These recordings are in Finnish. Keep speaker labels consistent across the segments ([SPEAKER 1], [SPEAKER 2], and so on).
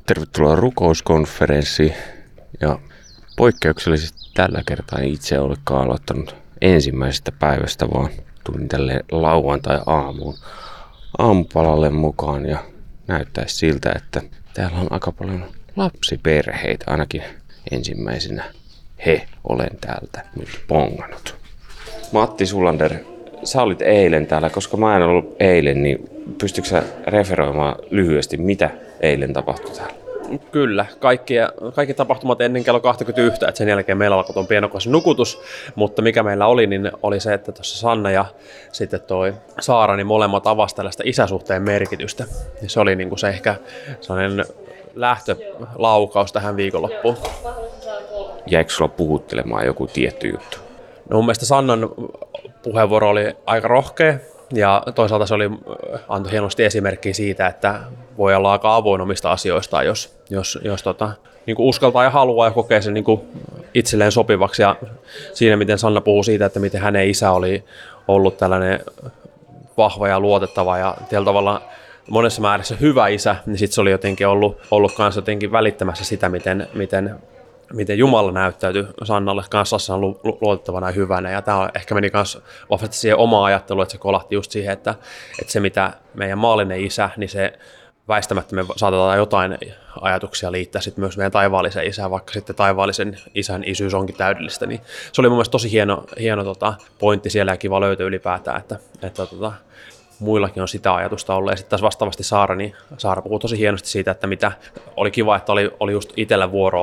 [SPEAKER 1] Tervetuloa rukouskonferenssiin. Ja poikkeuksellisesti tällä kertaa en itse olekaan aloittanut ensimmäisestä päivästä, vaan tulin tälle lauantai-aamuun aamupalalle mukaan. Ja näyttäisi siltä, että täällä on aika paljon lapsiperheitä. Ainakin ensimmäisenä olen täältä nyt pongannut. Matti Sulander, sä olit eilen täällä, koska mä en ollut eilen, niin pystytkö sä referoimaan lyhyesti, mitä eilen tapahtui täällä?
[SPEAKER 2] Kyllä, kaikki tapahtumat ennen kello 21, että sen jälkeen meillä alkoi tuon pienokoisen nukutus, mutta mikä meillä oli, niin oli se, että tuossa Sanna ja sitten toi Saara, niin molemmat avasivat tällaista isäsuhteen merkitystä. Ja se oli niin kuin se ehkä sellainen lähtölaukaus tähän viikonloppuun.
[SPEAKER 1] Jäikö sulla puhuttelemaan joku tietty juttu?
[SPEAKER 2] No mun mielestä Sannan puheenvuoro oli aika rohkea ja toisaalta se antoi hienosti esimerkkiä siitä, että voi olla aika avoin omista asioistaan, jos niin kuin uskaltaa ja haluaa ja kokee sen niin kuin itselleen sopivaksi. Ja siinä, miten Sanna puhuu siitä, että miten hänen isä oli ollut tällainen vahva ja luotettava ja tällä tavalla monessa määrässä hyvä isä, niin sitten se oli jotenkin ollut kanssa jotenkin välittämässä sitä, miten Jumala näyttäytyi Sannalle kanssa on luotettavana ja hyvänä. Ja tämä ehkä meni myös vahvasti siihen omaan ajatteluun, että se kolahti just siihen, että se mitä meidän maallinen isä, niin se väistämättä me saatetaan jotain ajatuksia liittää sitten myös meidän taivaallisen isään, vaikka sitten taivaallisen isän isyys onkin täydellistä. Niin se oli mun mielestä tosi hieno pointti siellä ja kiva löytö ylipäätään, että muillakin on sitä ajatusta ollut. Ja sitten taas vastaavasti Saara puhuu tosi hienosti siitä, että mitä oli kiva, että oli just itsellä vuoro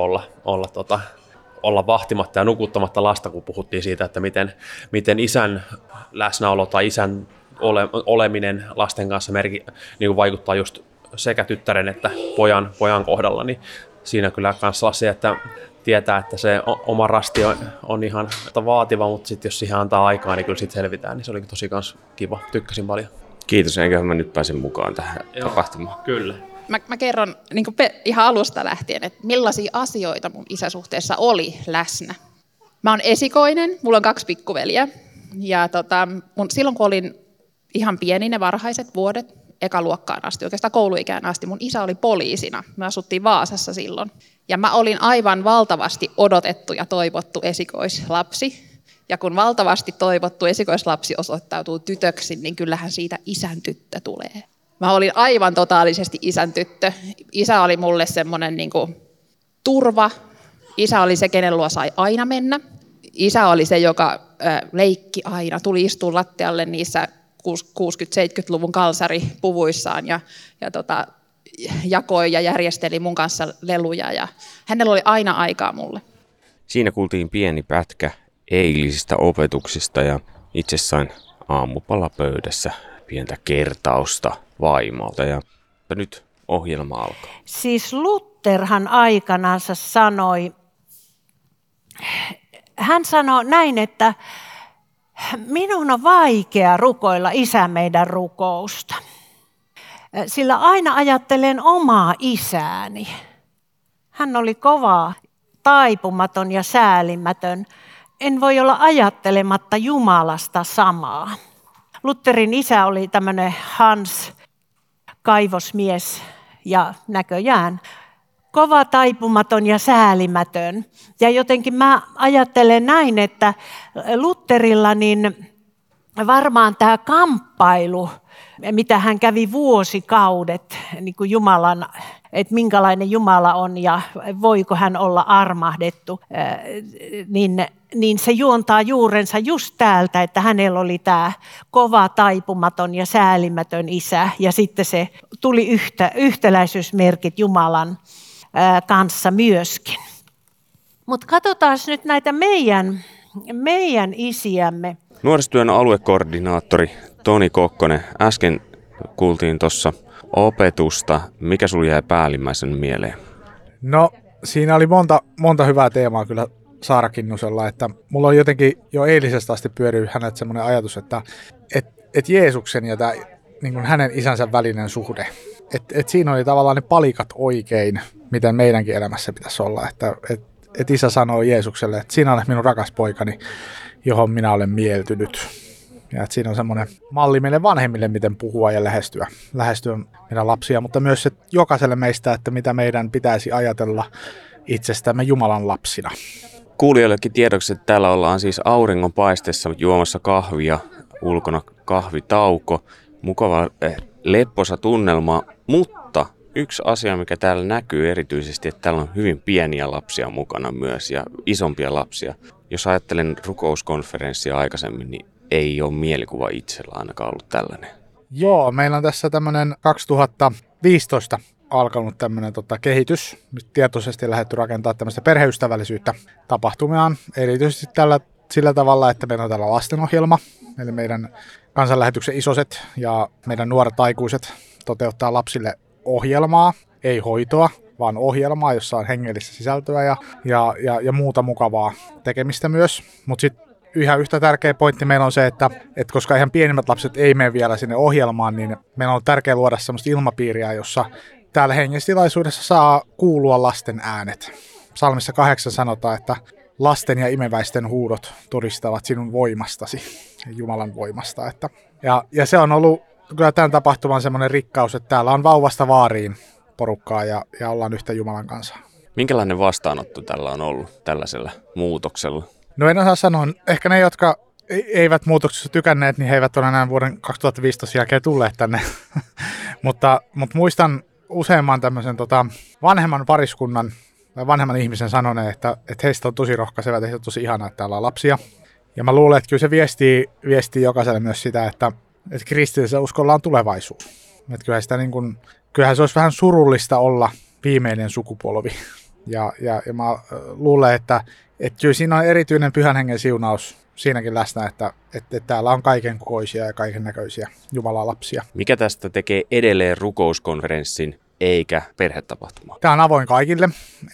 [SPEAKER 2] olla vahtimatta ja nukuttamatta lasta, kun puhuttiin siitä, että miten isän läsnäolo tai isän oleminen lasten kanssa niin vaikuttaa just sekä tyttären että pojan kohdalla. Niin siinä kyllä kanssa se, että tietää, että se oma rasti on ihan vaativa, mutta sitten jos siihen antaa aikaa, niin kyllä siitä selvitään. Niin se oli tosi kiva. Tykkäsin paljon.
[SPEAKER 1] Kiitos, eiköhän mä nyt pääsen mukaan tähän tapahtumaan.
[SPEAKER 2] Kyllä.
[SPEAKER 3] Mä kerron niin kuin ihan alusta lähtien, että millaisia asioita mun isäsuhteessa oli läsnä. Mä oon esikoinen, mulla on 2 pikkuveliä. Ja silloin kun olin ihan pieni ne varhaiset vuodet, ekaluokkaan asti, oikeastaan kouluikään asti, mun isä oli poliisina. Me asuttiin Vaasassa silloin. Ja mä olin aivan valtavasti odotettu ja toivottu esikoislapsi. Ja kun valtavasti toivottu esikoislapsi osoittautuu tytöksi, niin kyllähän siitä isän tyttö tulee. Mä olin aivan totaalisesti isän tyttö. Isä oli mulle semmoinen niin kuin turva. Isä oli se, kenen luo sai aina mennä. Isä oli se, joka leikki aina, tuli istua lattialle niissä 60-70-luvun kalsaripuvuissaan ja jakoi ja järjesteli mun kanssa leluja. Ja hänellä oli aina aikaa mulle.
[SPEAKER 1] Siinä kuultiin pieni pätkä eilisistä opetuksista ja itse sain aamupalapöydässä pientä kertausta vaimolta ja nyt ohjelma alkaa.
[SPEAKER 4] Siis Lutherhan aikanansa hän sanoi näin, että minun on vaikea rukoilla Isä meidän rukousta, sillä aina ajattelen omaa isääni. Hän oli kova, taipumaton ja säälimätön. En voi olla ajattelematta Jumalasta samaa. Lutherin isä oli tämmöinen Hans, kaivosmies ja näköjään kova, taipumaton ja säälimätön. Ja jotenkin mä ajattelen näin, että Lutherilla niin varmaan tämä kamppailu, mitä hän kävi vuosikaudet niin kuin Jumalan, että minkälainen Jumala on ja voiko hän olla armahdettu, niin se juontaa juurensa just täältä, että hänellä oli tämä kova, taipumaton ja säälimätön isä ja sitten se tuli yhtäläisyysmerkit Jumalan kanssa myöskin. Mutta katsotaan nyt näitä meidän isiämme.
[SPEAKER 1] Nuorisotyön aluekoordinaattori Toni Kokkonen, äsken kuultiin tuossa opetusta. Mikä sulla jäi päällimmäisen mieleen?
[SPEAKER 5] No siinä oli monta hyvää teemaa kyllä Saara Kinnusella, että mulla on jotenkin jo eilisestä asti pyörinyt hänet semmoinen ajatus, että Jeesuksen ja niin kuin hänen isänsä välinen suhde. Että siinä oli tavallaan ne palikat oikein, miten meidänkin elämässä pitäisi olla. Että isä sanoo Jeesukselle, että sinä olet minun rakas poikani, johon minä olen mieltynyt. Ja että siinä on semmoinen malli meille vanhemmille, miten puhua ja lähestyä meidän lapsia, mutta myös se jokaiselle meistä, että mitä meidän pitäisi ajatella itsestämme Jumalan lapsina.
[SPEAKER 1] Kuulijoillekin tiedoksi, että täällä ollaan siis auringonpaisteessa juomassa kahvia, ulkona kahvitauko, mukava lepposa tunnelma, mutta yksi asia, mikä täällä näkyy erityisesti, että täällä on hyvin pieniä lapsia mukana myös ja isompia lapsia. Jos ajattelen rukouskonferenssia aikaisemmin, niin ei ole mielikuva itsellä ainakaan ollut tällainen.
[SPEAKER 5] Joo, meillä on tässä tämmöinen 2015 alkanut tämmöinen kehitys. Nyt tietoisesti lähdetty rakentamaan tämmöistä perheystävällisyyttä tapahtumaan. Erityisesti sillä tavalla, että meillä on täällä lastenohjelma, eli meidän kansanlähetyksen isoset ja meidän nuoret aikuiset toteuttaa lapsille ohjelmaa, ei hoitoa, vaan ohjelmaa, jossa on hengellistä sisältöä ja muuta mukavaa tekemistä myös. Mutta sitten yhtä tärkeä pointti meillä on se, että koska ihan pienimmät lapset ei mene vielä sinne ohjelmaan, niin meillä on tärkeää luoda sellaista ilmapiiriä, jossa täällä hengellistilaisuudessa saa kuulua lasten äänet. Psalmissa 8 sanotaan, että lasten ja imeväisten huudot todistavat sinun voimastasi, Jumalan voimasta. Ja se on ollut kyllä tämän tapahtuman semmoinen rikkaus, että täällä on vauvasta vaariin porukkaa ja ollaan yhtä Jumalan kanssa.
[SPEAKER 1] Minkälainen vastaanotto tällä on ollut tällaisella muutoksella?
[SPEAKER 5] No en osaa sanoa. Ehkä ne, jotka eivät muutoksessa tykänneet, niin he eivät ole enää vuoden 2015 jälkeen tulleet tänne. mutta muistan useamman tämmöisen vanhemman pariskunnan tai vanhemman ihmisen sanoneen, että heistä on tosi rohkaisevaa, että heistä on tosi ihanaa, että täällä on lapsia. Ja mä luulen, että kyllä se viestii jokaiselle myös sitä, että kristillisellä uskolla on tulevaisuus. Että kyllähän se olisi vähän surullista olla viimeinen sukupolvi. Ja mä luulen, että kyllä siinä on erityinen pyhän hengen siunaus siinäkin läsnä, että täällä on kaiken kokoisia ja kaiken näköisiä Jumalan lapsia.
[SPEAKER 1] Mikä tästä tekee edelleen rukouskonferenssin eikä perhetapahtumaa?
[SPEAKER 5] Tämä on avoin kaikille,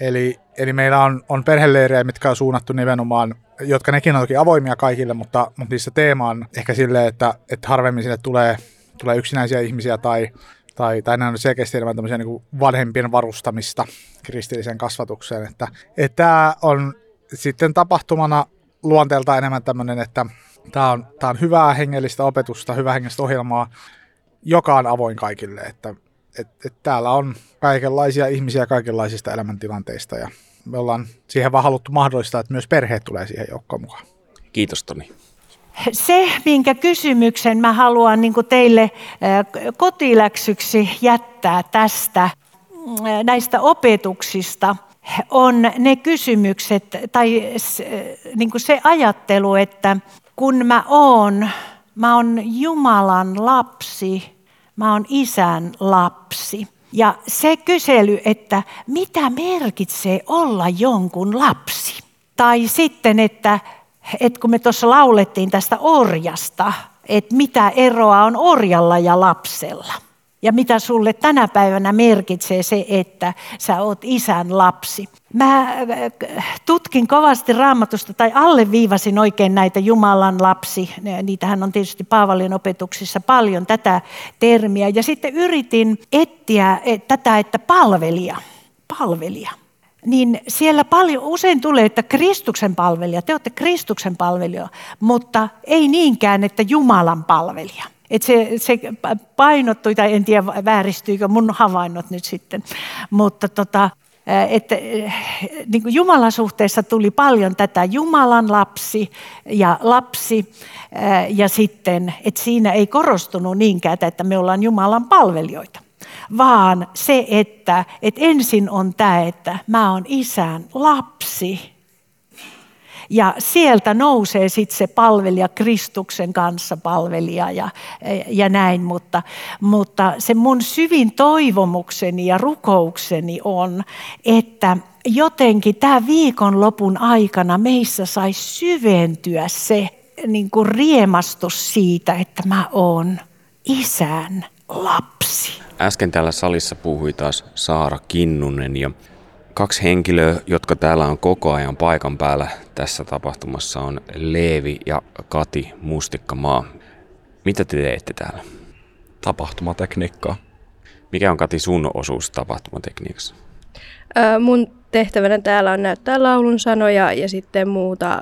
[SPEAKER 5] eli meillä on perheleirejä, mitkä on suunnattu nimenomaan, jotka nekin on toki avoimia kaikille, mutta niissä teema on ehkä silleen, että harvemmin sinne tulee yksinäisiä ihmisiä tai nämä on selkeästi enemmän tämmöisiä niin vanhempien varustamista kristilliseen kasvatukseen. Että tämä on sitten tapahtumana luonteeltaan enemmän tämmöinen, että tämä on hyvää hengellistä opetusta, hyvää hengellistä ohjelmaa, joka on avoin kaikille. Että täällä on kaikenlaisia ihmisiä kaikenlaisista elämäntilanteista ja me ollaan siihen vaan haluttu mahdollistaa, että myös perheet tulee siihen joukkoon mukaan.
[SPEAKER 1] Kiitos Toni.
[SPEAKER 4] Se, minkä kysymyksen mä haluan niin kuin teille kotiläksyksi jättää näistä opetuksista, on ne kysymykset tai niin kuin se ajattelu, että kun mä oon Jumalan lapsi, mä oon Isän lapsi. Ja se kysely, että mitä merkitsee olla jonkun lapsi? Tai sitten, että kun me tuossa laulettiin tästä orjasta, että mitä eroa on orjalla ja lapsella. Ja mitä sulle tänä päivänä merkitsee se, että sä oot Isän lapsi. Mä tutkin kovasti Raamatusta tai alleviivasin oikein näitä Jumalan lapsi. Niitähän on tietysti Paavalin opetuksissa paljon tätä termiä. Ja sitten yritin etsiä tätä, että palvelija. Niin siellä usein tulee, että Kristuksen palvelija, te olette Kristuksen palvelija, mutta ei niinkään, että Jumalan palvelija. Että se painottui, tai en tiedä vääristyykö mun havainnot nyt sitten, mutta että niin kuin Jumalan suhteessa tuli paljon tätä Jumalan lapsi ja sitten, että siinä ei korostunut niinkään, että me ollaan Jumalan palvelijoita. Vaan se, että ensin on tämä, että mä oon Isän lapsi. Ja sieltä nousee sitten se palvelija, Kristuksen kanssa palvelija ja näin. Mutta se mun syvin toivomukseni ja rukoukseni on, että jotenkin tämä viikonlopun aikana meissä saisi syventyä se niin kuin riemastus siitä, että mä oon Isän lapsi.
[SPEAKER 1] Äsken täällä salissa puhui taas Saara Kinnunen ja kaksi henkilöä, jotka täällä on koko ajan paikan päällä tässä tapahtumassa on Leevi ja Kati Mustikkamaa. Mitä te teette täällä?
[SPEAKER 6] Tapahtumatekniikkaa.
[SPEAKER 1] Mikä on Kati sun osuus tapahtumatekniikassa?
[SPEAKER 7] Mun tehtävänä täällä on näyttää laulun sanoja ja sitten muuta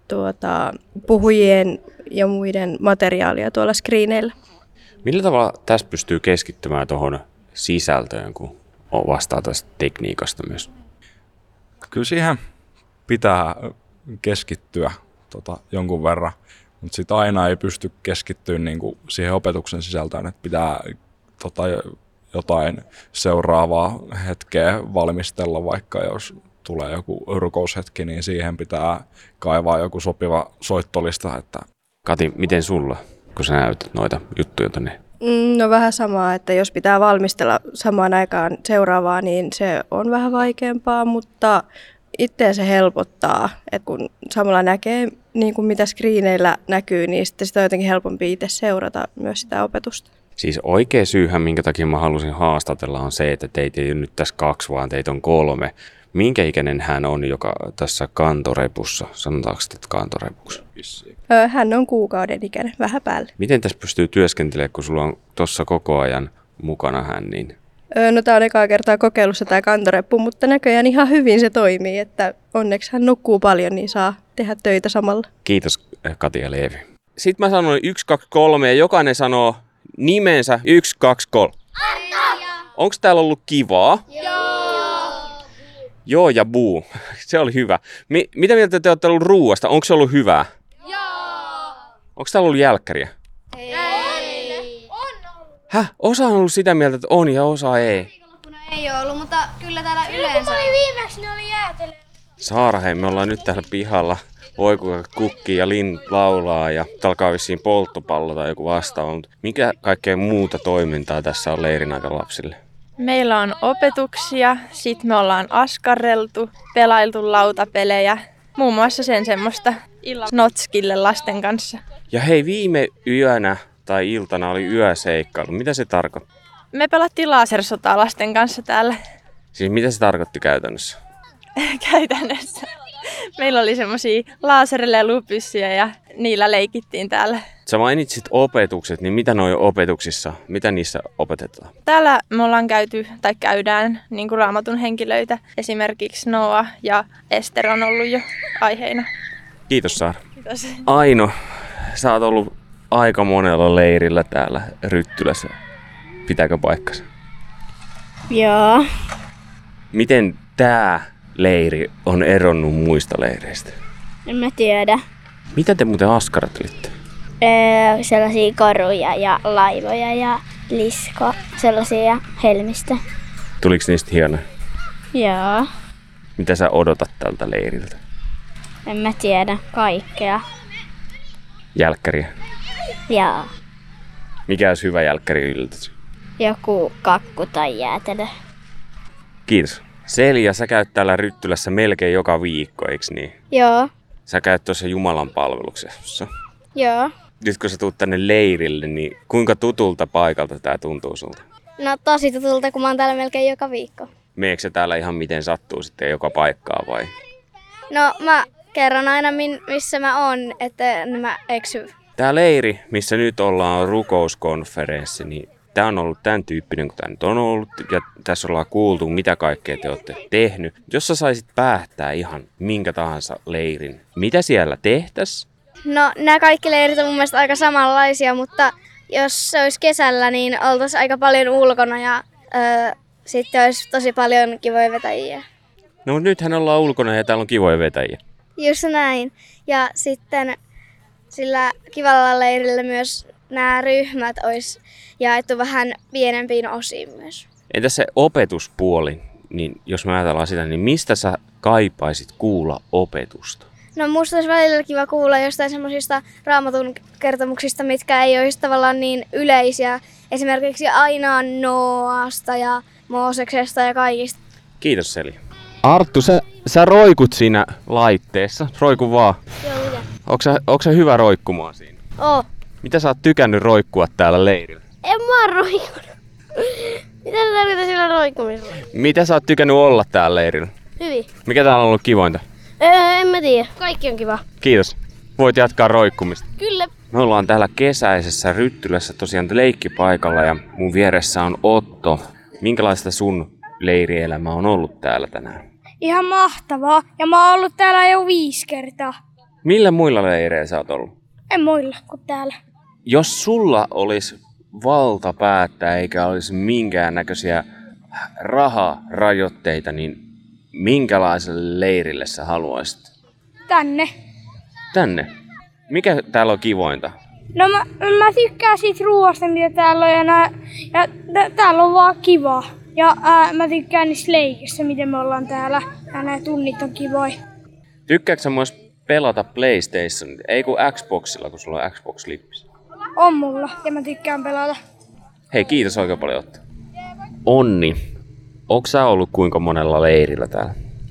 [SPEAKER 7] puhujien ja muiden materiaalia tuolla screeneillä.
[SPEAKER 1] Millä tavalla tässä pystyy keskittymään tuohon sisältöön, kun vastaa tästä tekniikasta myös?
[SPEAKER 6] Kyllä siihen pitää keskittyä jonkun verran, mutta sitten aina ei pysty keskittymään niinku siihen opetuksen sisältöön, että pitää jotain seuraavaa hetkeä valmistella, vaikka jos tulee joku rukoushetki, niin siihen pitää kaivaa joku sopiva soittolista. Että...
[SPEAKER 1] Kati, miten sulla, kun sä näytät noita juttuja tonne?
[SPEAKER 7] No vähän samaa, että jos pitää valmistella samaan aikaan seuraavaa, niin se on vähän vaikeampaa, mutta itseä se helpottaa, että kun samalla näkee niin kuin mitä screeneillä näkyy, niin sitten sitä on jotenkin helpompi itse seurata myös sitä opetusta.
[SPEAKER 1] Siis oikea syyhän, minkä takia mä halusin haastatella, on se, että teitä ei ole nyt tässä 2, vaan teitä on 3. Minkä ikäinen hän on, joka tässä kantorepussa? Sanotaanko sitä kantorepuksi?
[SPEAKER 7] Hän on kuukauden ikäinen, vähän päälle.
[SPEAKER 1] Miten tässä pystyy työskentelemään, kun sulla on tuossa koko ajan mukana hän? Niin...
[SPEAKER 7] No tämä on ekaa kertaa kokeilussa tämä kantoreppu, mutta näköjään ihan hyvin se toimii, että onneksi hän nukkuu paljon, niin saa tehdä töitä samalla.
[SPEAKER 1] Kiitos Kati ja Leevi. Sitten mä sanoin 1, 2, 3 ja jokainen sanoo nimensä 1, 2, 3. Onko täällä ollut kivaa? Joo ja buu. Se oli hyvä. Mitä mieltä te olette ollut ruuasta? Onko se ollut hyvää? Joo. Onko täällä ollut jälkkäriä?
[SPEAKER 8] Ei. On ollut.
[SPEAKER 1] Häh? Osa on ollut sitä mieltä, että on ja osa ei.
[SPEAKER 8] Viikonloppuna ei ole ollut, mutta kyllä täällä yleensä. Kun oli viimeksi, ne oli jäätelö.
[SPEAKER 1] Saara, hei, me ollaan nyt täällä pihalla. Oikukat kukkii ja linnut laulaa ja alkaa vissiin polttopallo tai joku vastaava. Mikä kaikkea muuta toimintaa tässä on leirin aikana lapsille?
[SPEAKER 9] Meillä on opetuksia, sitten me ollaan askarreltu, pelailtu lautapelejä, muun muassa sen semmoista notskille lasten kanssa.
[SPEAKER 1] Ja hei, viime yönä tai iltana oli yöseikkailu. Mitä se tarkoitti?
[SPEAKER 9] Me pelattiin lasersotaa lasten kanssa täällä.
[SPEAKER 1] Siis mitä se tarkoitti käytännössä?
[SPEAKER 9] Käytännössä. Meillä oli semmosia laaserille ja lupyssyjä ja niillä leikittiin täällä.
[SPEAKER 1] Sä mainitsit opetukset, niin mitä noi opetuksissa, mitä niissä opetetaan?
[SPEAKER 9] Täällä me ollaan käyty tai käydään niin kuin Raamatun henkilöitä. Esimerkiksi Noa ja Ester on ollut jo aiheina.
[SPEAKER 1] Kiitos Saara.
[SPEAKER 9] Kiitos.
[SPEAKER 1] Aino, sä oot ollut aika monella leirillä täällä Ryttylässä. Pitääkö paikkansa?
[SPEAKER 8] Joo.
[SPEAKER 1] Miten tää leiri on eronnut muista leireistä?
[SPEAKER 8] En mä tiedä.
[SPEAKER 1] Mitä te muuten askartelitte?
[SPEAKER 8] Sellaisia koruja ja laivoja ja lisko. Sellaisia helmistä.
[SPEAKER 1] Tuliko niistä hienoja?
[SPEAKER 8] Joo.
[SPEAKER 1] Mitä sä odotat tältä leiriltä?
[SPEAKER 8] En mä tiedä. Kaikkea.
[SPEAKER 1] Jälkkäriä.
[SPEAKER 8] Joo.
[SPEAKER 1] Mikä olisi hyvä jälkkäri yllätys?
[SPEAKER 8] Joku kakku tai jäätelö.
[SPEAKER 1] Kiitos. Selja, sä käyt täällä Ryttylässä melkein joka viikko, eiks niin?
[SPEAKER 8] Joo.
[SPEAKER 1] Sä käyt tuossa Jumalan palveluksessa.
[SPEAKER 8] Joo.
[SPEAKER 1] Nyt kun sä tuut tänne leirille, niin kuinka tutulta paikalta tää tuntuu sulta?
[SPEAKER 8] No tosi tutulta, kun mä oon täällä melkein joka viikko.
[SPEAKER 1] Meekö sä täällä ihan miten sattuu sitten joka paikkaa vai?
[SPEAKER 8] No mä kerron aina missä mä oon, että mä eksy.
[SPEAKER 1] Tää leiri, missä nyt ollaan, on rukouskonferenssi, niin tää on ollut tämän tyyppinen kuin tää nyt on ollut. Ja tässä ollaan kuultu, mitä kaikkea te olette tehnyt. Jos sä saisit päättää ihan minkä tahansa leirin, mitä siellä tehtäis?
[SPEAKER 8] No nämä kaikki leirit on mun mielestä aika samanlaisia, mutta jos se olisi kesällä, niin oltaisiin aika paljon ulkona ja sitten olisi tosi paljon kivoja vetäjiä.
[SPEAKER 1] No mutta nythän ollaan ulkona ja täällä on kivoja vetäjiä.
[SPEAKER 8] Just näin. Ja sitten sillä kivalla leirillä myös nämä ryhmät olisi jaettu vähän pienempiin osiin myös.
[SPEAKER 1] Entä se opetuspuoli, niin jos me ajatellaan sitä, niin mistä sä kaipaisit kuulla opetusta?
[SPEAKER 8] No musta olisi välillä kiva kuulla jostain semmoisista Raamatun kertomuksista, mitkä ei olisi tavallaan niin yleisiä. Esimerkiksi aina Noasta ja Mooseksesta ja kaikista.
[SPEAKER 1] Kiitos Seli. Arttu, sä roikut siinä laitteessa. Roiku vaan.
[SPEAKER 8] Joo,
[SPEAKER 1] Onko sä hyvä roikkumaan siinä?
[SPEAKER 8] Oo.
[SPEAKER 1] Mitä sä oot tykännyt roikkua täällä leirillä?
[SPEAKER 8] En mä oon roikunut. Mitä sä tarkoitat sillä roikkumisella?
[SPEAKER 1] Mitä sä oot tykännyt olla täällä leirillä?
[SPEAKER 8] Hyvin.
[SPEAKER 1] Mikä täällä on ollut kivointa?
[SPEAKER 8] En mä tiedä. Kaikki on kiva.
[SPEAKER 1] Kiitos. Voit jatkaa roikkumista.
[SPEAKER 8] Kyllä.
[SPEAKER 1] Me ollaan täällä kesäisessä Ryttylässä tosiaan leikkipaikalla ja mun vieressä on Otto. Minkälaista sun leirielämä on ollut täällä tänään?
[SPEAKER 10] Ihan mahtavaa. Ja mä oon ollut täällä jo 5 kertaa.
[SPEAKER 1] Millä muilla leireillä sä oot ollut?
[SPEAKER 8] En muilla kuin täällä.
[SPEAKER 1] Jos sulla olisi valta päättää eikä olisi minkäännäköisiä raharajoitteita, niin minkälaiselle leirille sä haluaisit?
[SPEAKER 8] Tänne.
[SPEAKER 1] Tänne? Mikä täällä on kivointa?
[SPEAKER 8] No mä tykkään siitä ruoasta, mitä täällä on, täällä on vaan kiva. Ja mä tykkään niistä leikistä, miten me ollaan täällä. Ja nämä tunnit on kivoja.
[SPEAKER 1] Tykkääksä sä myös pelata PlayStation? Ei kun Xboxilla, kun sulla on Xbox-lippis.
[SPEAKER 8] On mulla, ja mä tykkään pelata.
[SPEAKER 1] Hei, kiitos oikein paljon, Otta. Onni, onko sä ollut kuinka monella leirillä täällä?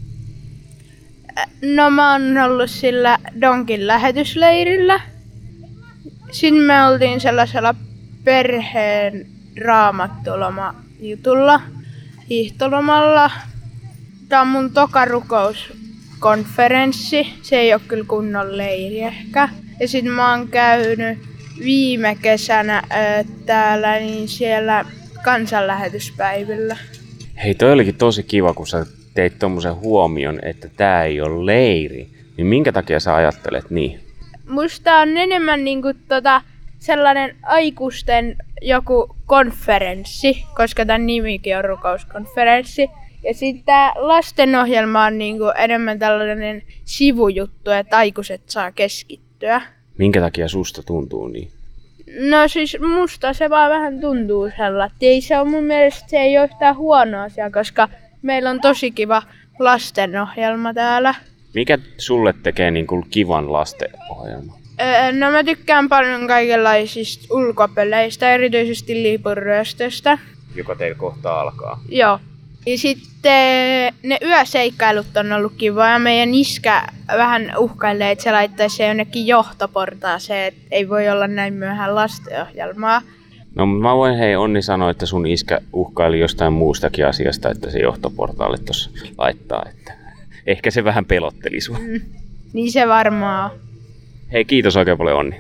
[SPEAKER 9] No mä oon ollut sillä Donkin lähetysleirillä. Sitten me oltiin sellaisella perheen raamattulomajutulla hiihtolomalla. Tää on mun toka rukouskonferenssi. Se ei oo kyllä kunnon leiri ehkä. Ja sit mä oon käynyt viime kesänä täällä niin siellä kansanlähetyspäivillä.
[SPEAKER 1] Hei, toi olikin tosi kiva, kun sä teit tommosen huomion, että tää ei ole leiri. Niin minkä takia sä ajattelet niin?
[SPEAKER 9] Musta on enemmän niinku sellainen aikuisten joku konferenssi, koska tämän nimikin on rukouskonferenssi. Ja sitten tää lastenohjelma on niinku enemmän tällainen sivujuttu, että aikuiset saa keskittyä.
[SPEAKER 1] Minkä takia susta tuntuu niin?
[SPEAKER 9] No siis musta se vaan vähän tuntuu sellainen. Ei se on mun mielestä se ei ole yhtään huono asia, koska meillä on tosi kiva lastenohjelma täällä.
[SPEAKER 1] Mikä sulle tekee niinku kivan lastenohjelma?
[SPEAKER 9] No mä tykkään paljon kaikenlaisista ulkopeleistä, erityisesti liipunryöstöstä.
[SPEAKER 1] Joka teillä kohta alkaa.
[SPEAKER 9] Joo. Ja sitten ne yöseikkailut on ollut kiva ja meidän iskä vähän uhkailee, että se laittaisi se jonnekin johtoportaaseen, että ei voi olla näin myöhään lastenohjelmaa.
[SPEAKER 1] No mä voin Onni sanoa, että sun iskä uhkaili jostain muustakin asiasta, että se johtoportaalle tuossa laittaa. Että ehkä se vähän pelotteli sua.
[SPEAKER 9] Niin se varmaan on.
[SPEAKER 1] Hei, kiitos oikein paljon, Onni.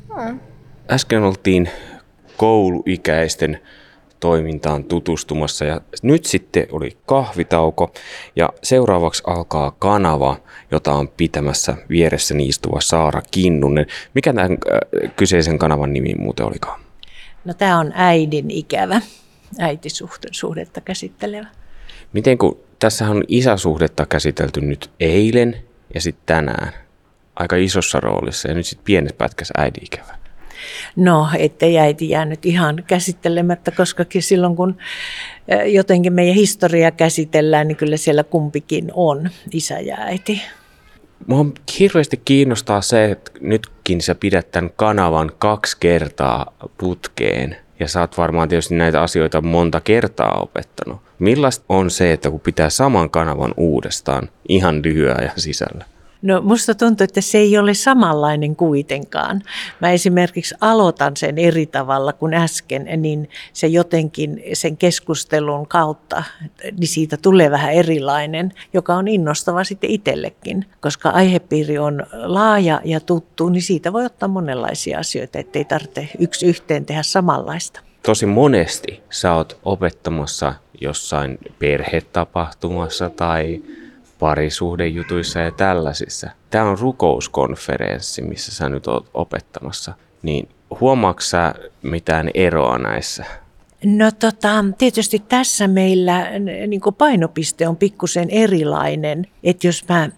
[SPEAKER 1] Äsken oltiin kouluikäisten toimintaan tutustumassa ja nyt sitten oli kahvitauko ja seuraavaksi alkaa kanava, jota on pitämässä vieressäni istuva Saara Kinnunen. Mikä tämän kyseisen kanavan nimi muuten olikaan?
[SPEAKER 4] No tämä on äidin ikävä, äitisuhdetta käsittelevä.
[SPEAKER 1] Miten kun tässä on isäsuhdetta käsitelty nyt eilen ja sitten tänään aika isossa roolissa ja nyt sitten pienessä pätkässä äidin ikävä.
[SPEAKER 4] No, ettei äiti jäänyt ihan käsittelemättä, koska silloin kun jotenkin meidän historiaa käsitellään, niin kyllä siellä kumpikin on, isä ja äiti.
[SPEAKER 1] Mua hirveästi kiinnostaa se, että nytkin sä pidät tämän kanavan 2 kertaa putkeen ja sä oot varmaan tietysti näitä asioita monta kertaa opettanut. Millaista on se, että kun pitää saman kanavan uudestaan ihan lyhyen ajan sisällä?
[SPEAKER 4] No musta tuntuu, että se ei ole samanlainen kuitenkaan. Mä esimerkiksi aloitan sen eri tavalla kuin äsken, niin se jotenkin sen keskustelun kautta, niin siitä tulee vähän erilainen, joka on innostava sitten itsellekin. Koska aihepiiri on laaja ja tuttu, niin siitä voi ottaa monenlaisia asioita, ettei tarvitse yksi yhteen tehdä samanlaista.
[SPEAKER 1] Tosi monesti sä oot opettamassa jossain perhetapahtumassa tai parisuhdejutuissa ja tällaisissa. Tämä on rukouskonferenssi, missä sä nyt oot opettamassa. Niin huomaatko sä mitään eroa näissä?
[SPEAKER 4] No tietysti tässä meillä niin kuin painopiste on pikkusen erilainen. Että jos mä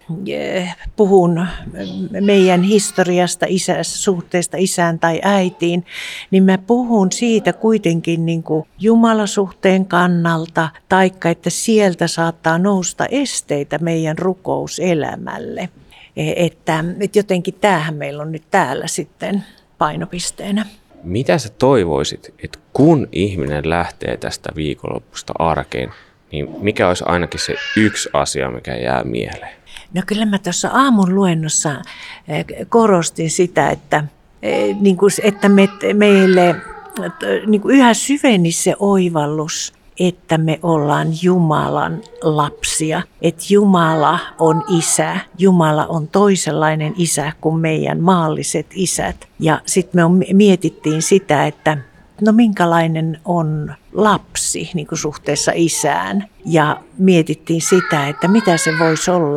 [SPEAKER 4] puhun meidän historiasta, suhteesta isään tai äitiin, niin mä puhun siitä kuitenkin niin kuin jumalasuhteen kannalta, taikka että sieltä saattaa nousta esteitä meidän rukouselämälle. Että jotenkin tämähän meillä on nyt täällä sitten painopisteenä.
[SPEAKER 1] Mitä sä toivoisit, että kun ihminen lähtee tästä viikonlopusta arkeen, niin mikä olisi ainakin se yksi asia, mikä jää mieleen?
[SPEAKER 4] No kyllä mä tuossa aamun luennossa korostin sitä, että meille yhä syveni se oivallus, että me ollaan Jumalan lapsia. Että Jumala on isä, Jumala on toisenlainen isä kuin meidän maalliset isät. Ja sitten me mietittiin sitä, että no minkälainen on lapsi niin kuin suhteessa isään. Ja mietittiin sitä, että mitä se voisi olla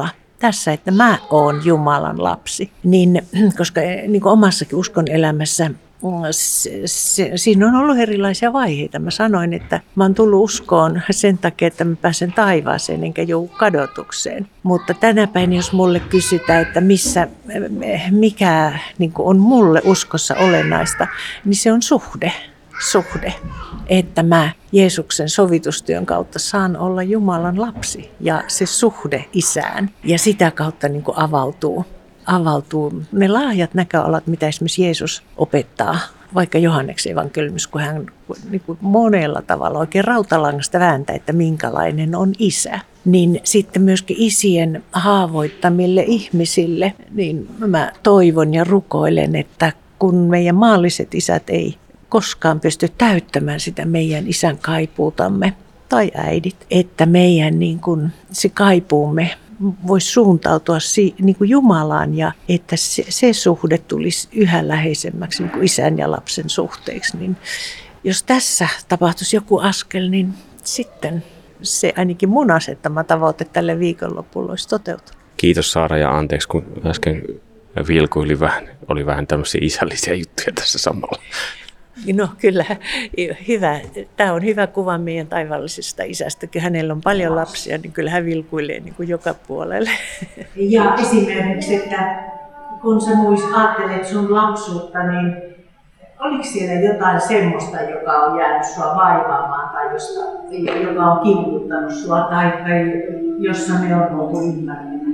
[SPEAKER 4] tässä, että mä oon Jumalan lapsi. Niin, koska niin kuin omassakin uskon elämässä siinä on ollut erilaisia vaiheita. Mä sanoin, että mä oon tullut uskoon sen takia, että mä pääsen taivaaseen enkä joudu kadotukseen. Mutta tänä päivänä, jos mulle kysytään, että mikä niin kuin on mulle uskossa olennaista, niin se on suhde. Että mä Jeesuksen sovitustyön kautta saan olla Jumalan lapsi ja se suhde Isään. Ja sitä kautta niin kuin avautuu ne laajat näköalat, mitä esimerkiksi Jeesus opettaa, vaikka Johanneksen evankeliumissa, kun hän niin kuin monella tavalla oikein rautalangasta vääntää, että minkälainen on isä. Niin sitten myöskin isien haavoittamille ihmisille, niin mä toivon ja rukoilen, että kun meidän maalliset isät ei koskaan pysty täyttämään sitä meidän isän kaipuutamme tai äidit, että meidän niin kuin, se kaipuumme voisi suuntautua niin kuin Jumalaan ja että se suhde tulisi yhä läheisemmäksi niin kuin isän ja lapsen suhteeksi. Niin jos tässä tapahtuisi joku askel, niin sitten se ainakin mun asettama tavoite tälle viikonlopulle olisi toteutunut.
[SPEAKER 1] Kiitos Saara ja anteeksi, kun äsken vilkuili vähän, oli vähän tämmöisiä isällisiä juttuja tässä samalla.
[SPEAKER 4] No kyllä, hyvä. Tämä on hyvä kuva meidän taivaallisesta isästä. Kun hänellä on paljon lapsia, niin kyllä hän vilkuilee niin kuin joka puolelle. Ja esimerkiksi, että kun sä ajattelet sun lapsuutta, niin oliko siellä jotain semmoista, joka on jäänyt sua vaivaamaan tai joka on kivuuttanut sua tai jossa me on oltu ymmärtämättömiä?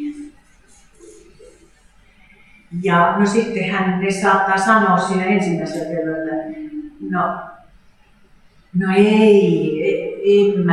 [SPEAKER 4] Ja no sittenhän ne saattaa sanoa siinä ensimmäisellä kerralla, että no ei, en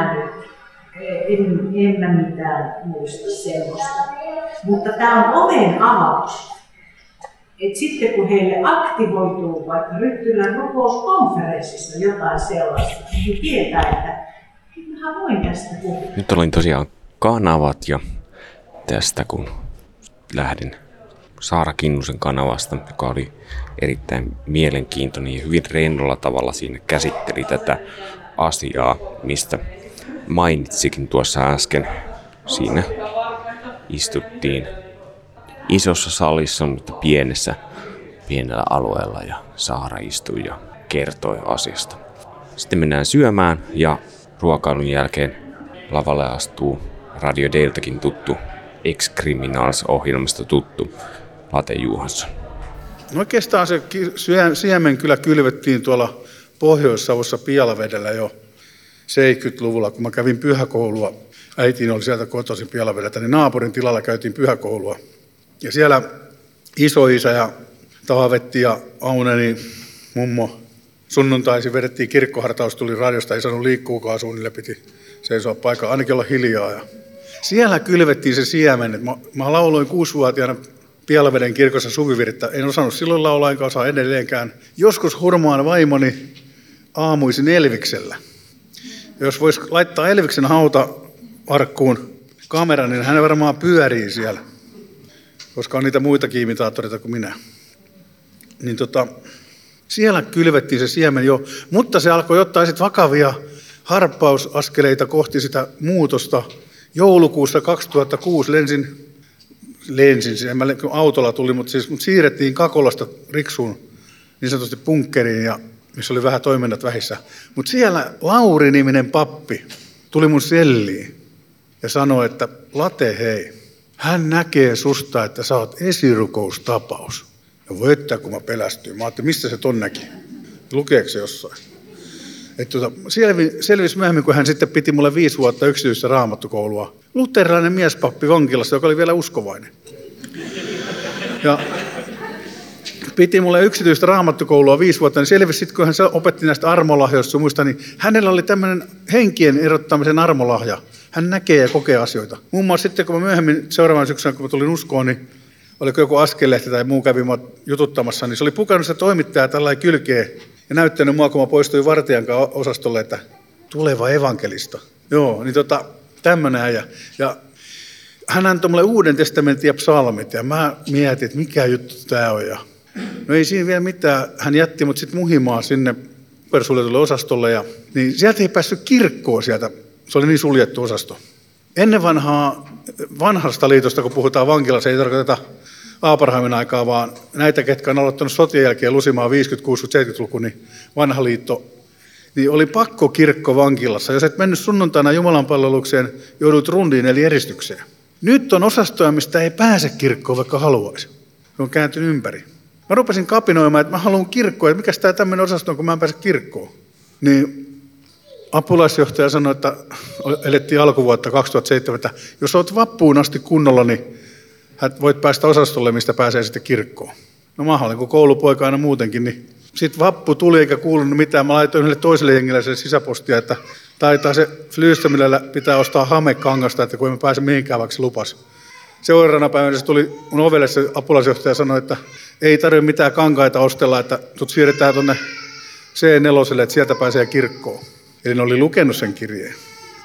[SPEAKER 4] mä mitään muista semmoista. Mutta tämä on oven avaus. Et sitten kun heille aktivoituu vaikka Ryttylän rukouskonferenssissa jotain sellaista, niin tietää, että mä voin tästä puhua.
[SPEAKER 1] Nyt olin tosiaan kanavat ja tästä kun lähdin Saara Kinnusen kanavasta, joka oli erittäin mielenkiintoinen ja hyvin rennolla tavalla siinä käsitteli tätä asiaa, mistä mainitsikin tuossa äsken. Siinä istuttiin isossa salissa, mutta pienellä alueella ja Saara istui ja kertoi asiasta. Sitten mennään syömään ja ruokailun jälkeen lavalle astuu Radio Dayltäkin tuttu Ex-Criminals-ohjelmasta tuttu Late Johansson.
[SPEAKER 10] Oikeastaan se siemen kyllä kylvettiin tuolla Pohjois-Savossa Pielavedellä jo 70-luvulla, kun mä kävin pyhäkoulua. Äitini oli sieltä kotoisin Pielavedeltä, niin naapurin tilalla käytiin pyhäkoulua. Ja siellä isoisä ja Taavetti ja Auneni mummo sunnuntaisin vedettiin kirkkohartaus, tuli radiosta, ei saanut liikkuukaan suunnille, piti seisoa paikalla, ainakin olla hiljaa. Ja siellä kylvettiin se siemen. Mä lauloin 6-vuotiaana Pielaveden kirkossa suvivirttä. En osannut silloin laulaa, enkä osaa edelleenkään. Joskus hurmaan vaimoni aamuisin Elviksellä. Jos voisi laittaa Elviksen hauta-arkkuun kameran, niin hän varmaan pyörii siellä, koska on niitä muitakin imitaattoreita kuin minä. Niin siellä kylvettiin se siemen jo, mutta se alkoi ottaa sitten vakavia harppausaskeleita kohti sitä muutosta. Joulukuussa 2006 lensin, en mä autolla tuli, mutta siirrettiin Kakolasta Riksuun niin sanotusti bunkkeriin, missä oli vähän toiminnat vähissä. Mutta siellä Lauri-niminen pappi tuli mun selliin ja sanoi, että Late hei, hän näkee susta, että sä oot esirukoustapaus. Ja voi että kun mä pelästyin. Mä ajattelin, mistä se ton näki? Lukeeko se jossain? Selvisi myöhemmin, kun hän sitten piti mulle 5 vuotta yksityistä raamattukoulua. Luterilainen miespappi vankilassa, joka oli vielä uskovainen. Ja piti mulle yksityistä raamattukoulua 5 vuotta, niin selvisi sitten, kun hän opetti näistä armolahjoista muista, niin hänellä oli tämmöinen henkien erottamisen armolahja. Hän näkee ja kokee asioita. Muun muassa sitten, kun mä myöhemmin seuraavan syksynä, kun mä tulin uskoon, niin oliko joku Askellehti tai muu kävi mua jututtamassa, niin se oli pukannut sitä toimittajaa tällainen kylkeen ja näyttänyt mua, kun mä poistuin vartijan osastolle, että tuleva evankelista. Joo, niin tämmöinen äijä. Ja hän antoi mulle Uuden testamentin ja psalmit ja mä mietin, että mikä juttu tää on. Ja no ei siinä vielä mitään. Hän jätti mut sitten muhimaan sinne supersuljetulle osastolle ja niin sieltä ei päässyt kirkkoon sieltä. Se oli niin suljettu osasto. Ennen vanhasta liitosta, kun puhutaan vankilassa, ei tarkoiteta Abrahamin aikaa, vaan näitä, ketkä on aloittanut sotien jälkeen lusimaan 50-, 60-, 70-luku, niin vanha liitto, niin oli pakko kirkko vankilassa. Jos et mennyt sunnuntaina Jumalanpalvelukseen, joudut rundiin eli eristykseen. Nyt on osastoja, mistä ei pääse kirkkoon, vaikka haluaisi. Se on kääntynyt ympäri. Mä rupesin kapinoimaan, että mä haluan kirkkoon, että mikäs tää tämmöinen osasto on, kun mä en pääse kirkkoon. Niin apulaisjohtaja sanoi, että elettiin alkuvuotta 2007, että jos olet vappuun asti kunnolla, niin voit päästä osastolle, mistä pääsee sitten kirkkoon. No mä olen kuin koulupoika aina muutenkin, niin sitten vappu tuli eikä kuulunut mitään. Mä laitoin yhdelle toiselle jengille sen sisäpostia, että taitaa se Flystämilellä pitää ostaa hamekangasta, että kun emme pääse mihinkään, vaikka se lupas. Seuraavana päivänä se tuli mun ovelle, se apulaisjohtaja sanoi, että ei tarvitse mitään kankaita ostella, että sut siirretään tuonne C4, että sieltä pääsee kirkkoon. Eli ne oli lukenut sen kirjeen.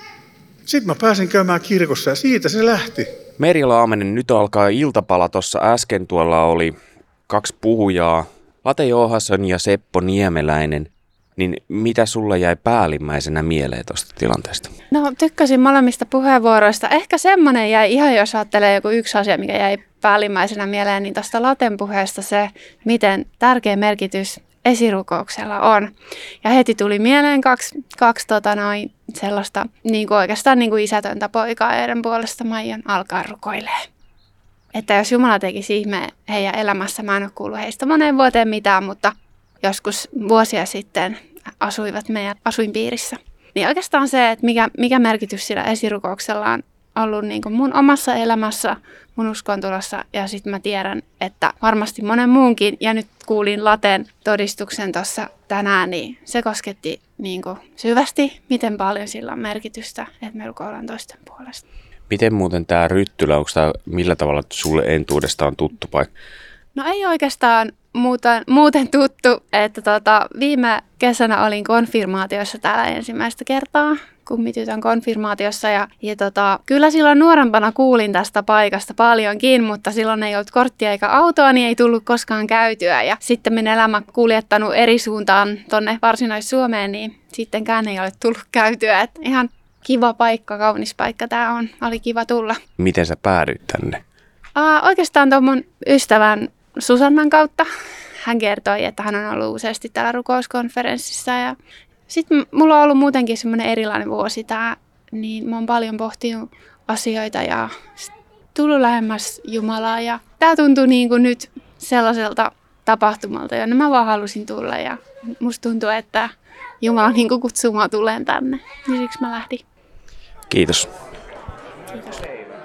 [SPEAKER 10] Sitten mä pääsin käymään kirkossa ja siitä se lähti.
[SPEAKER 1] Meri Laamanen, nyt alkaa iltapala. Tuossa äsken tuolla oli 2 puhujaa, Late Johansson ja Seppo Niemeläinen. Niin mitä sulla jäi päällimmäisenä mieleen tuosta tilanteesta?
[SPEAKER 11] No tykkäsin molemmista puheenvuoroista. Ehkä semmoinen jäi ihan, jos ajattelee joku yksi asia, mikä jäi päällimmäisenä mieleen, niin tuosta Laten puheesta se, miten tärkeä merkitys esirukouksella on. Ja heti tuli mieleen kaksi sellaista oikeastaan niin kuin isätöntä poikaa, heidän puolesta Maijan alkaa rukoilee. Että jos Jumala tekisi ihmeen heidän elämässä, mä en ole kuullut heistä moneen vuoteen mitään, mutta joskus vuosia sitten asuivat meidän asuinpiirissä. Niin oikeastaan se, että mikä merkitys sillä esirukouksella on ollut niin kuin mun omassa elämässä, mun uskontulossa, ja sitten mä tiedän, että varmasti monen muunkin, ja nyt kuulin Laten todistuksen tuossa tänään, niin se kosketti niin kuin syvästi, miten paljon sillä on merkitystä, että me rukoillaan toisten puolesta.
[SPEAKER 1] Miten muuten tämä Ryttylä, onko tämä millä tavalla sulle entuudestaan tuttu paikka?
[SPEAKER 11] No ei oikeastaan muuten tuttu, että viime kesänä olin konfirmaatiossa täällä ensimmäistä kertaa, kummitytön konfirmaatiossa ja kyllä silloin nuorempana kuulin tästä paikasta paljonkin, mutta silloin ei ollut korttia eikä autoa, niin ei tullut koskaan käytyä ja sitten minun elämä kuljettanut eri suuntaan tonne Varsinais-Suomeen, niin sittenkään ei ole tullut käytyä, että ihan kiva paikka, kaunis paikka tämä on, oli kiva tulla.
[SPEAKER 1] Miten sä päädyit tänne?
[SPEAKER 11] Oikeastaan tuon mun ystävän Susannan kautta. Hän kertoi, että hän on ollut useasti täällä rukouskonferenssissa ja sitten mulla on ollut muutenkin semmoinen erilainen vuosi tää, niin mä oon paljon pohtinut asioita ja tullut lähemmäs Jumalaa ja tää tuntui niin kuin nyt sellaiselta tapahtumalta, jonne mä vaan halusin tulla ja musta tuntuu, että Jumala niin kuin kutsuu mua tuleen tänne, niin siksi mä lähdin.
[SPEAKER 1] Kiitos.
[SPEAKER 11] Kiitos.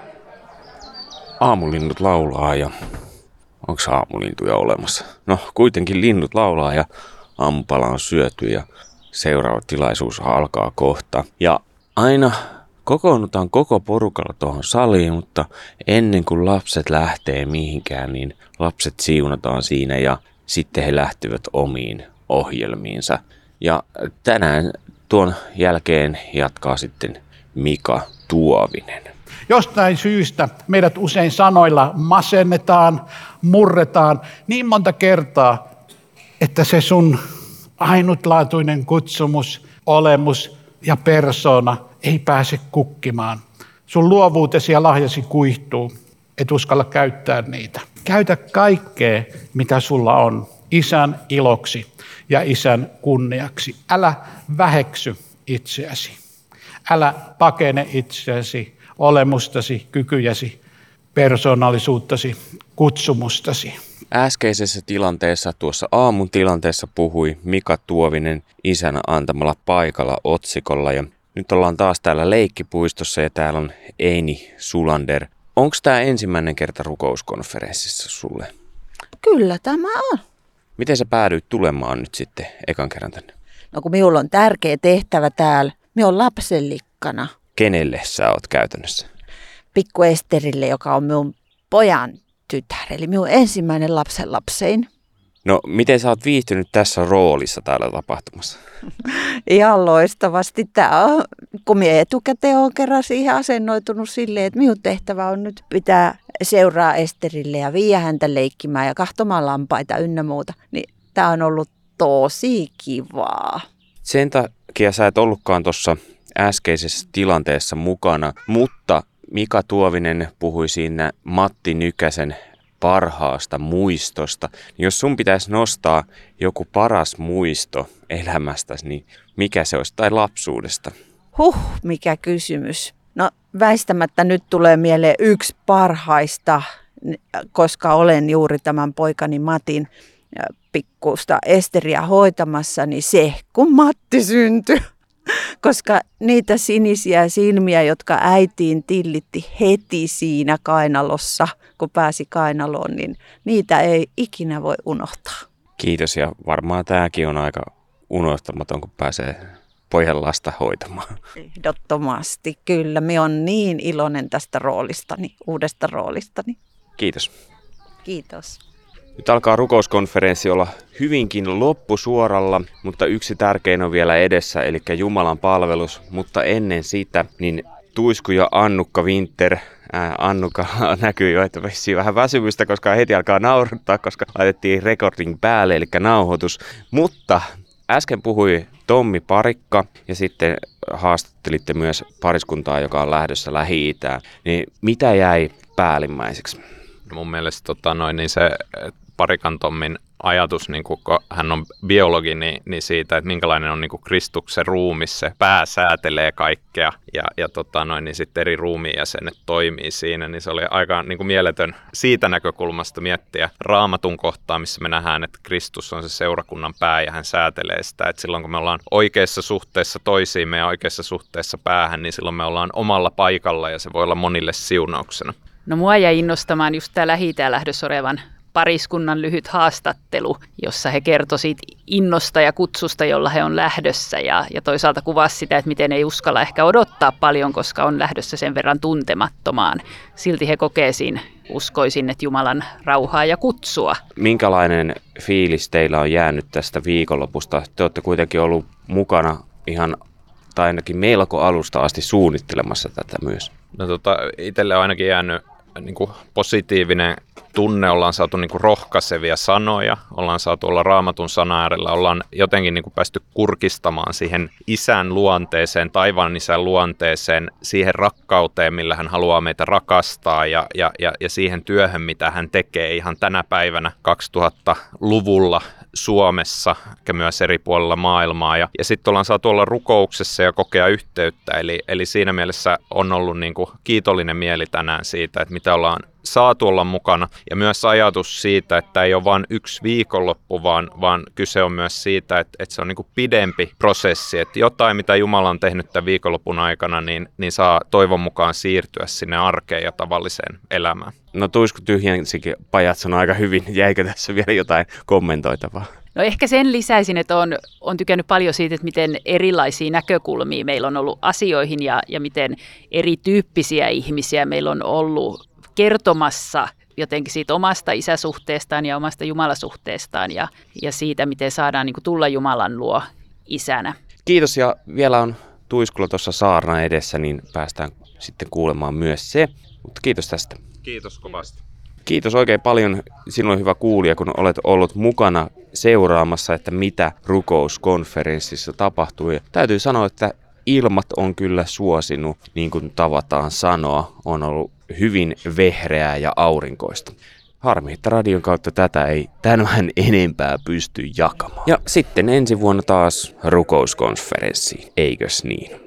[SPEAKER 1] Aamulinnut laulaa ja onko aamulintuja olemassa? No kuitenkin linnut laulaa ja aamupala on syöty ja seuraava tilaisuus alkaa kohta. Ja aina kokoonnutaan koko porukalla tuohon saliin, mutta ennen kuin lapset lähtee mihinkään, niin lapset siunataan siinä ja sitten he lähtevät omiin ohjelmiinsa. Ja tänään tuon jälkeen jatkaa sitten Mika Tuovinen.
[SPEAKER 12] Jostain syystä meidät usein sanoilla masennetaan, murretaan niin monta kertaa, että se sun ainutlaatuinen kutsumus, olemus ja persoona ei pääse kukkimaan. Sun luovuutesi ja lahjasi kuihtuu, et uskalla käyttää niitä. Käytä kaikkea, mitä sulla on, Isän iloksi ja Isän kunniaksi. Älä väheksy itseäsi. Älä pakene itseäsi, olemustasi, kykyjäsi, persoonallisuuttasi, kutsumustasi.
[SPEAKER 1] Äskeisessä tilanteessa, tuossa aamun tilanteessa puhui Mika Tuovinen Isän antamalla paikalla otsikolla. Ja nyt ollaan taas täällä leikkipuistossa ja täällä on Eini Sulander. Onko tämä ensimmäinen kerta rukouskonferenssissa sulle?
[SPEAKER 13] Kyllä tämä on.
[SPEAKER 1] Miten sä päädyit tulemaan nyt sitten ekan kerran tänne?
[SPEAKER 13] No kun minulla on tärkeä tehtävä täällä. Minä olen lapsenlikkana.
[SPEAKER 1] Kenelle sä oot käytännössä?
[SPEAKER 13] Pikku Esterille, joka on minun pojan tytär, eli minun ensimmäinen lapsenlapsein.
[SPEAKER 1] No, miten sä oot viihtynyt tässä roolissa täällä tapahtumassa?
[SPEAKER 13] Ihan loistavasti. Tämä on, kun minä etukäteen olen kerran siihen asennoitunut silleen, että minun tehtävä on nyt pitää seuraa Esterille ja viedä häntä leikkimään ja kahtomaan lampaita ynnä muuta. Niin tämä on ollut tosi kivaa.
[SPEAKER 1] Sen takia sä et ollutkaan tuossa äskeisessä tilanteessa mukana, mutta Mika Tuovinen puhui siinä Matti Nykäsen parhaasta muistosta. Jos sun pitäisi nostaa joku paras muisto elämästäsi, niin mikä se olisi, tai lapsuudesta?
[SPEAKER 13] Mikä kysymys. No väistämättä nyt tulee mieleen yksi parhaista, koska olen juuri tämän poikani Matin pikkuista Esteriä hoitamassa, niin se, kun Matti syntyi. Koska niitä sinisiä silmiä, jotka äitiin tillitti heti siinä kainalossa, kun pääsi kainaloon, niin niitä ei ikinä voi unohtaa.
[SPEAKER 1] Kiitos, ja varmaan tämäkin on aika unohtamaton, kun pääsee pojan lasta hoitamaan.
[SPEAKER 13] Ehdottomasti, kyllä. Minä olen niin iloinen tästä roolistani, uudesta roolistani.
[SPEAKER 1] Kiitos.
[SPEAKER 13] Kiitos.
[SPEAKER 1] Nyt alkaa rukouskonferenssi olla hyvinkin loppusuoralla, mutta yksi tärkein on vielä edessä, eli Jumalan palvelus. Mutta ennen sitä, niin Tuisku ja Annukka Winter, Annukka näkyy jo, että vissiin vähän väsymystä, koska heti alkaa naurattaa, koska laitettiin recording päälle, eli nauhoitus. Mutta äsken puhui Tommi Parikka ja sitten haastattelitte myös pariskuntaa, joka on lähdössä Lähi-Itään. Niin mitä jäi päällimmäiseksi?
[SPEAKER 14] Mun mielestä niin se Parikan Tommin ajatus, niin kun hän on biologi, niin siitä, että minkälainen on niin kuin Kristuksen ruumis, se pää säätelee kaikkea ja niin sitten eri ruumiin jäsenet toimii siinä, niin se oli aika niin kuin mieletön siitä näkökulmasta miettiä Raamatun kohtaa, missä me nähdään, että Kristus on se seurakunnan pää ja hän säätelee sitä, että silloin kun me ollaan oikeassa suhteessa toisiimme ja oikeassa suhteessa päähän, niin silloin me ollaan omalla paikalla ja se voi olla monille siunauksena.
[SPEAKER 15] No mua jäi innostamaan just tämä Lähi-Itään lähdössä olevan pariskunnan lyhyt haastattelu, jossa he kertoi siitä innosta ja kutsusta, jolla he on lähdössä ja toisaalta kuvasi sitä, että miten ei uskalla ehkä odottaa paljon, koska on lähdössä sen verran tuntemattomaan. Silti he kokee siinä, uskoisin, että Jumalan rauhaa ja kutsua.
[SPEAKER 1] Minkälainen fiilis teillä on jäänyt tästä viikonlopusta? Te olette kuitenkin ollut mukana ihan tai ainakin melko alusta asti suunnittelemassa tätä myös.
[SPEAKER 14] No itselle on ainakin jäänyt niin kuin positiivinen tunne, ollaan saatu niin kuin rohkaisevia sanoja, ollaan saatu olla Raamatun sana äärellä, ollaan jotenkin niin kuin päästy kurkistamaan siihen isän luonteeseen, taivaan isän luonteeseen, siihen rakkauteen, millä hän haluaa meitä rakastaa ja siihen työhön, mitä hän tekee ihan tänä päivänä 2000-luvulla Suomessa ja myös eri puolilla maailmaa. Ja sitten ollaan saatu olla rukouksessa ja kokea yhteyttä, eli siinä mielessä on ollut niin kuin kiitollinen mieli tänään siitä, että mitä ollaan saatu olla mukana. Ja myös ajatus siitä, että ei ole vain yksi viikonloppu, vaan kyse on myös siitä, että se on niin kuin pidempi prosessi. Että jotain, mitä Jumala on tehnyt tämän viikonlopun aikana, niin saa toivon mukaan siirtyä sinne arkeen ja tavalliseen elämään.
[SPEAKER 1] No Tuisku tyhjensikin pajatson aika hyvin. Jäikö tässä vielä jotain kommentoitavaa?
[SPEAKER 15] No ehkä sen lisäisin, että on tykännyt paljon siitä, että miten erilaisia näkökulmia meillä on ollut asioihin ja miten erityyppisiä ihmisiä meillä on ollut kertomassa jotenkin siitä omasta isäsuhteestaan ja omasta jumalasuhteestaan ja siitä, miten saadaan niin kuin tulla Jumalan luo isänä.
[SPEAKER 1] Kiitos, ja vielä on Tuiskulla tuossa saarna edessä, niin päästään sitten kuulemaan myös se. Mutta kiitos tästä.
[SPEAKER 14] Kiitos kovasti.
[SPEAKER 1] Kiitos oikein paljon sinulle, hyvä kuulija, kun olet ollut mukana seuraamassa, että mitä rukouskonferenssissa tapahtuu. Ja täytyy sanoa, että ilmat on kyllä suosinut, niin kuin tavataan sanoa, on ollut hyvin vehreää ja aurinkoista. Harmi, että radion kautta tätä ei tämän enempää pysty jakamaan. Ja sitten ensi vuonna taas rukouskonferenssi, eikös niin?